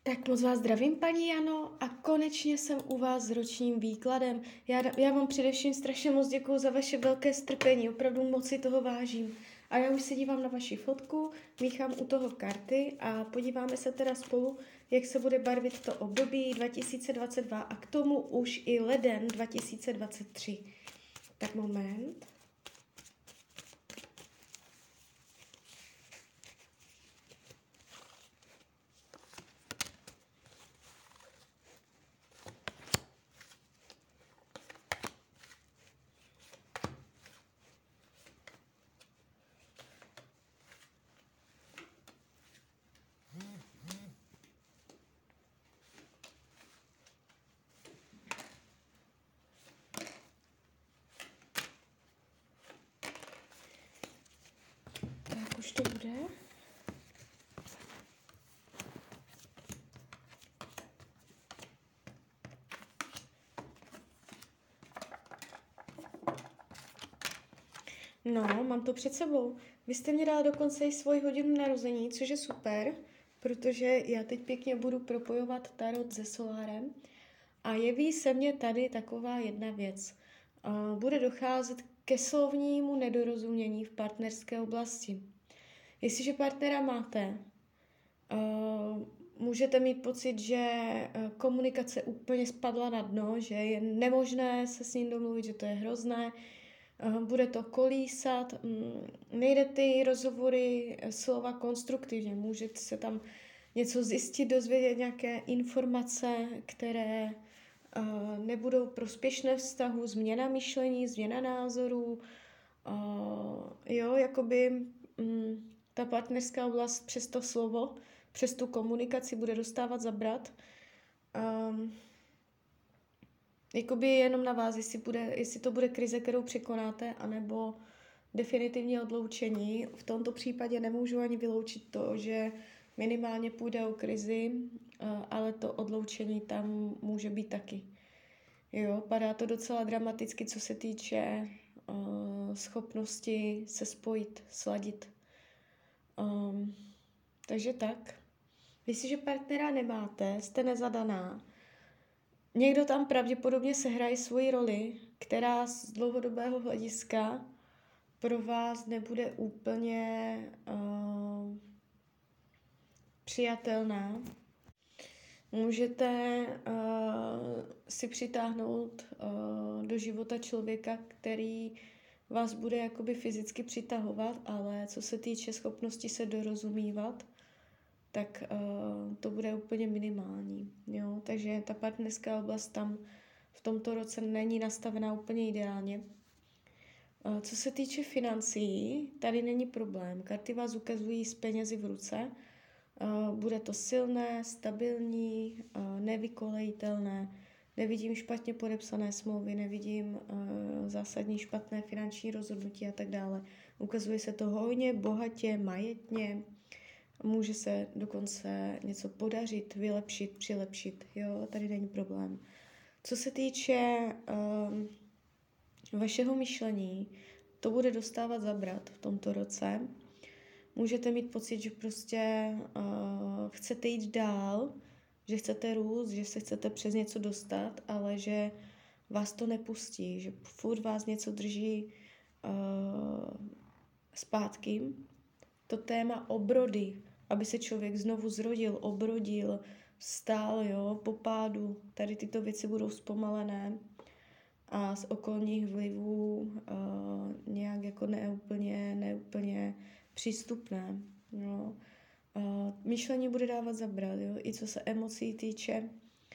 Tak moc vás zdravím, paní Jano, a konečně jsem u vás s ročním výkladem. Já vám především strašně moc děkuju za vaše velké strpení, opravdu moc si toho vážím. A já už se dívám na vaši fotku, míchám u toho karty a podíváme se teda spolu, jak se bude barvit to období 2022 a k tomu už i leden 2023. Tak moment. Tak už to bude. No, mám to před sebou. Vy jste mě dala dokonce i svoji hodinu narození, což je super, protože já teď pěkně budu propojovat tarot se solárem a jeví se mně tady taková jedna věc. Bude docházet ke slovnímu nedorozumění v partnerské oblasti. Jestliže partnera máte, můžete mít pocit, že komunikace úplně spadla na dno, že je nemožné se s ním domluvit, že to je hrozné, bude to kolísat, nejde ty rozhovory slova konstruktivně, můžete se tam něco zjistit, dozvědět nějaké informace, které nebudou prospěšné vztahu, změna myšlení, změna názorů, jakoby ta partnerská oblast přes to slovo, přes tu komunikaci bude dostávat zabrat. Jakoby jenom na vás, jestli to bude krize, kterou překonáte, anebo definitivně odloučení. V tomto případě nemůžu ani vyloučit to, že minimálně půjde o krizi, ale to odloučení tam může být taky. Jo, padá to docela dramaticky, co se týče schopnosti se spojit, sladit. Takže tak. Jestliže partnera nemáte, jste nezadaná, někdo tam pravděpodobně sehraje svoji roli, která z dlouhodobého hlediska pro vás nebude úplně přijatelná. Můžete si přitáhnout do života člověka, který vás bude jakoby fyzicky přitahovat, ale co se týče schopnosti se dorozumívat, tak to bude úplně minimální. Jo? Takže ta partnerská oblast tam v tomto roce není nastavená úplně ideálně. Co se týče financí, tady není problém. Karty vás ukazují s penězi v ruce. Bude to silné, stabilní, nevykolejitelné. Nevidím špatně podepsané smlouvy, nevidím zásadní špatné finanční rozhodnutí a tak dále. Ukazuje se to hojně, bohatě, majetně. Může se dokonce něco podařit, vylepšit, přilepšit. Jo, tady není problém. Co se týče vašeho myšlení, to bude dostávat zabrat v tomto roce. Můžete mít pocit, že prostě chcete jít dál, že chcete růst, že se chcete přes něco dostat, ale že vás to nepustí, že furt vás něco drží zpátky. To téma obrody, aby se člověk znovu zrodil, obrodil, vstál, jo, po pádu, tady tyto věci budou zpomalené a z okolních vlivů nějak jako neúplně přístupné. Jo. Myšlení bude dávat zabrat, jo, i co se emocí týče.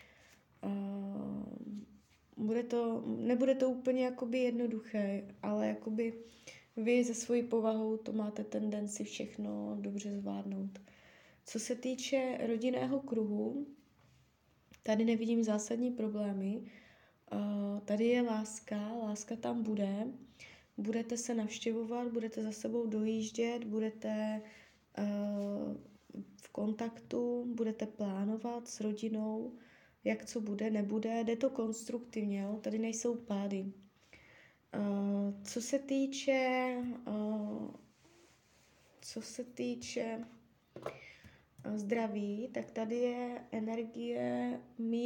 Nebude to úplně jakoby jednoduché, ale jakoby vy se svojí povahou to máte tendenci všechno dobře zvládnout. Co se týče rodinného kruhu, tady nevidím zásadní problémy. Tady je láska tam bude. Budete se navštěvovat, budete za sebou dojíždět, budete v kontaktu, budete plánovat s rodinou, jak co bude, nebude. Jde to konstruktivně, jo? Tady nejsou pády. Co se týče zdraví, tak tady je energie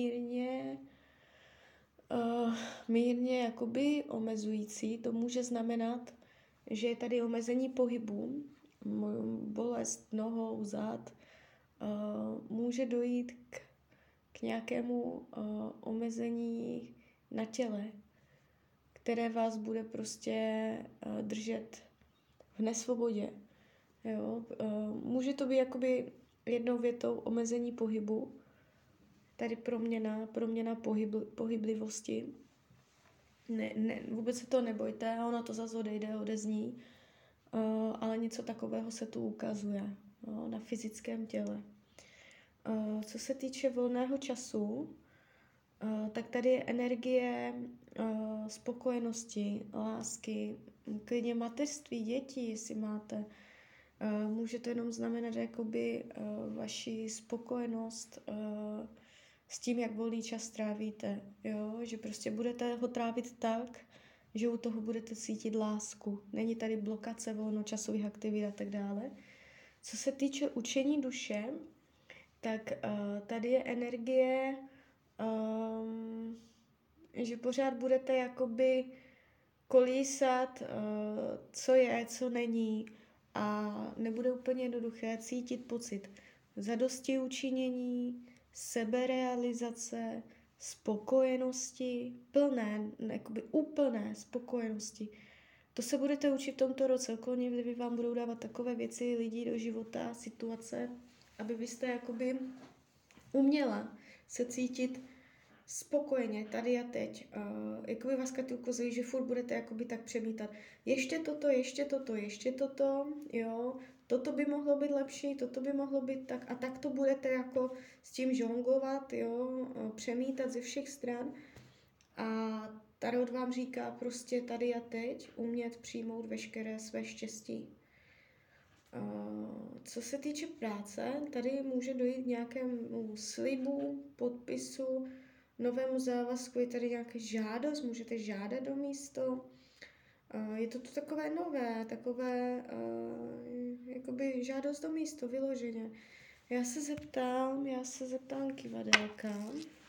mírně jakoby omezující. To může znamenat, že je tady omezení pohybu, bolest nohou, zad. Může dojít k nějakému omezení na těle, které vás bude prostě držet v nesvobodě. Jo? Může to být jakoby jednou větou omezení pohybu, tady proměna pohyblivosti. Vůbec se to nebojte, ono to zase odezní, ale něco takového se tu ukazuje, jo, na fyzickém těle. Co se týče volného času, tak tady je energie spokojenosti, lásky, klidně mateřství, dětí, jestli máte. Může to jenom znamenat jakoby vaši spokojenost s tím, jak volný čas trávíte. Jo? Že prostě budete ho trávit tak, že u toho budete cítit lásku. Není tady blokace volnočasových aktivit a tak dále. Co se týče učení duše, tak tady je energie, že pořád budete jakoby kolísat, co je, co není, a nebude úplně jednoduché cítit pocit zadosti učinění, seberealizace, spokojenosti, jakoby úplné spokojenosti. To se budete učit v tomto roce. Okolní vlivy vám budou dávat takové věci, lidi do života, situace, aby vy jste jakoby uměla se cítit spokojeně, tady a teď. Jakoby vás karty ukazují, že furt budete jakoby tak přemítat. Ještě toto, jo. Toto by mohlo být lepší, toto by mohlo být tak. A tak to budete jako s tím žonglovat, jo. Přemítat ze všech stran. A Tarot vám říká prostě tady a teď umět přijmout veškeré své štěstí. Co se týče práce, tady může dojít k nějakému slibu, podpisu, novému závazku, je tady nějaká žádost, můžete žádat do místo. Je to tu takové nové, jakoby žádost do místo, vyloženě. Já se zeptám kivadelka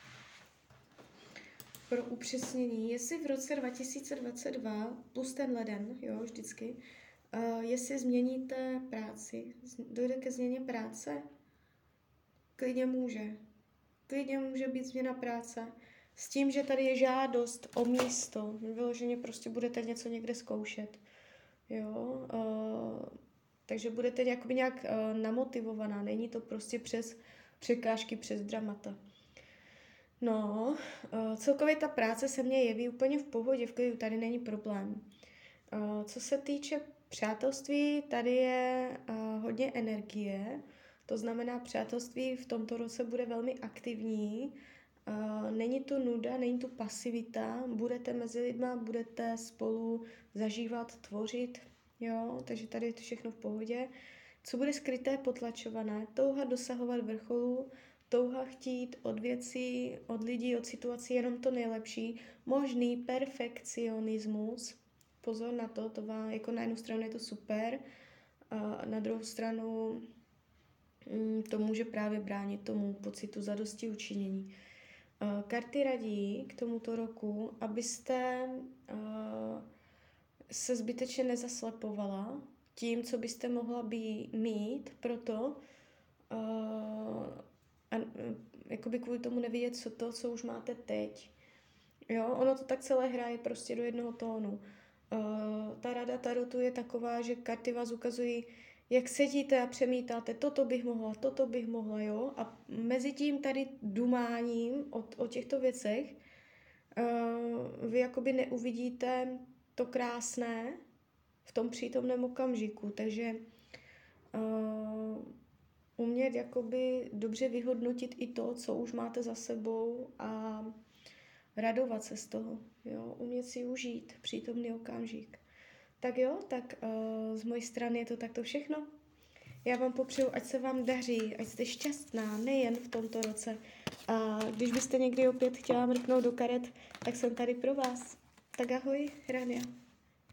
pro upřesnění, jestli v roce 2022 plus ten leden, jo, vždycky, jestli změníte práci, dojde ke změně práce, klidně může být změna práce, s tím, že tady je žádost o místo, vyloženě prostě budete něco někde zkoušet, jo, takže budete jakoby nějak namotivovaná, není to prostě přes překážky, přes dramata. No, celkově ta práce se mně jeví úplně v pohodě, v klidu, tady není problém. Co se týče přátelství, tady je hodně energie, to znamená, přátelství v tomto roce bude velmi aktivní, není tu nuda, není tu pasivita, budete mezi lidma, budete spolu zažívat, tvořit, jo, takže tady je to všechno v pohodě. Co bude skryté, potlačované, touha dosahovat vrcholu, touha chtít od věcí, od lidí, od situací jenom to nejlepší, možný perfekcionismus, pozor na to vám, jako na jednu stranu je to super, a na druhou stranu to může právě bránit tomu pocitu zadosti učinění. Karty radí k tomuto roku, abyste se zbytečně nezaslepovala tím, co byste mohla mít, proto a jakoby kvůli tomu nevidět co už máte teď. Jo, ono to tak celé hraje prostě do jednoho tónu. Ta rada tarotu je taková, že karty vás ukazují, jak sedíte a přemítáte, toto bych mohla, jo. A mezi tím tady dumáním o těchto věcech vy jakoby neuvidíte to krásné v tom přítomném okamžiku, takže umět jakoby dobře vyhodnotit i to, co už máte za sebou a radovat se z toho, jo, umět si užít přítomný okamžik. Tak jo, tak z mojí strany je to takto všechno. Já vám popřeju, ať se vám daří, ať jste šťastná, nejen v tomto roce. A když byste někdy opět chtěla mrknout do karet, tak jsem tady pro vás. Tak ahoj, Rania.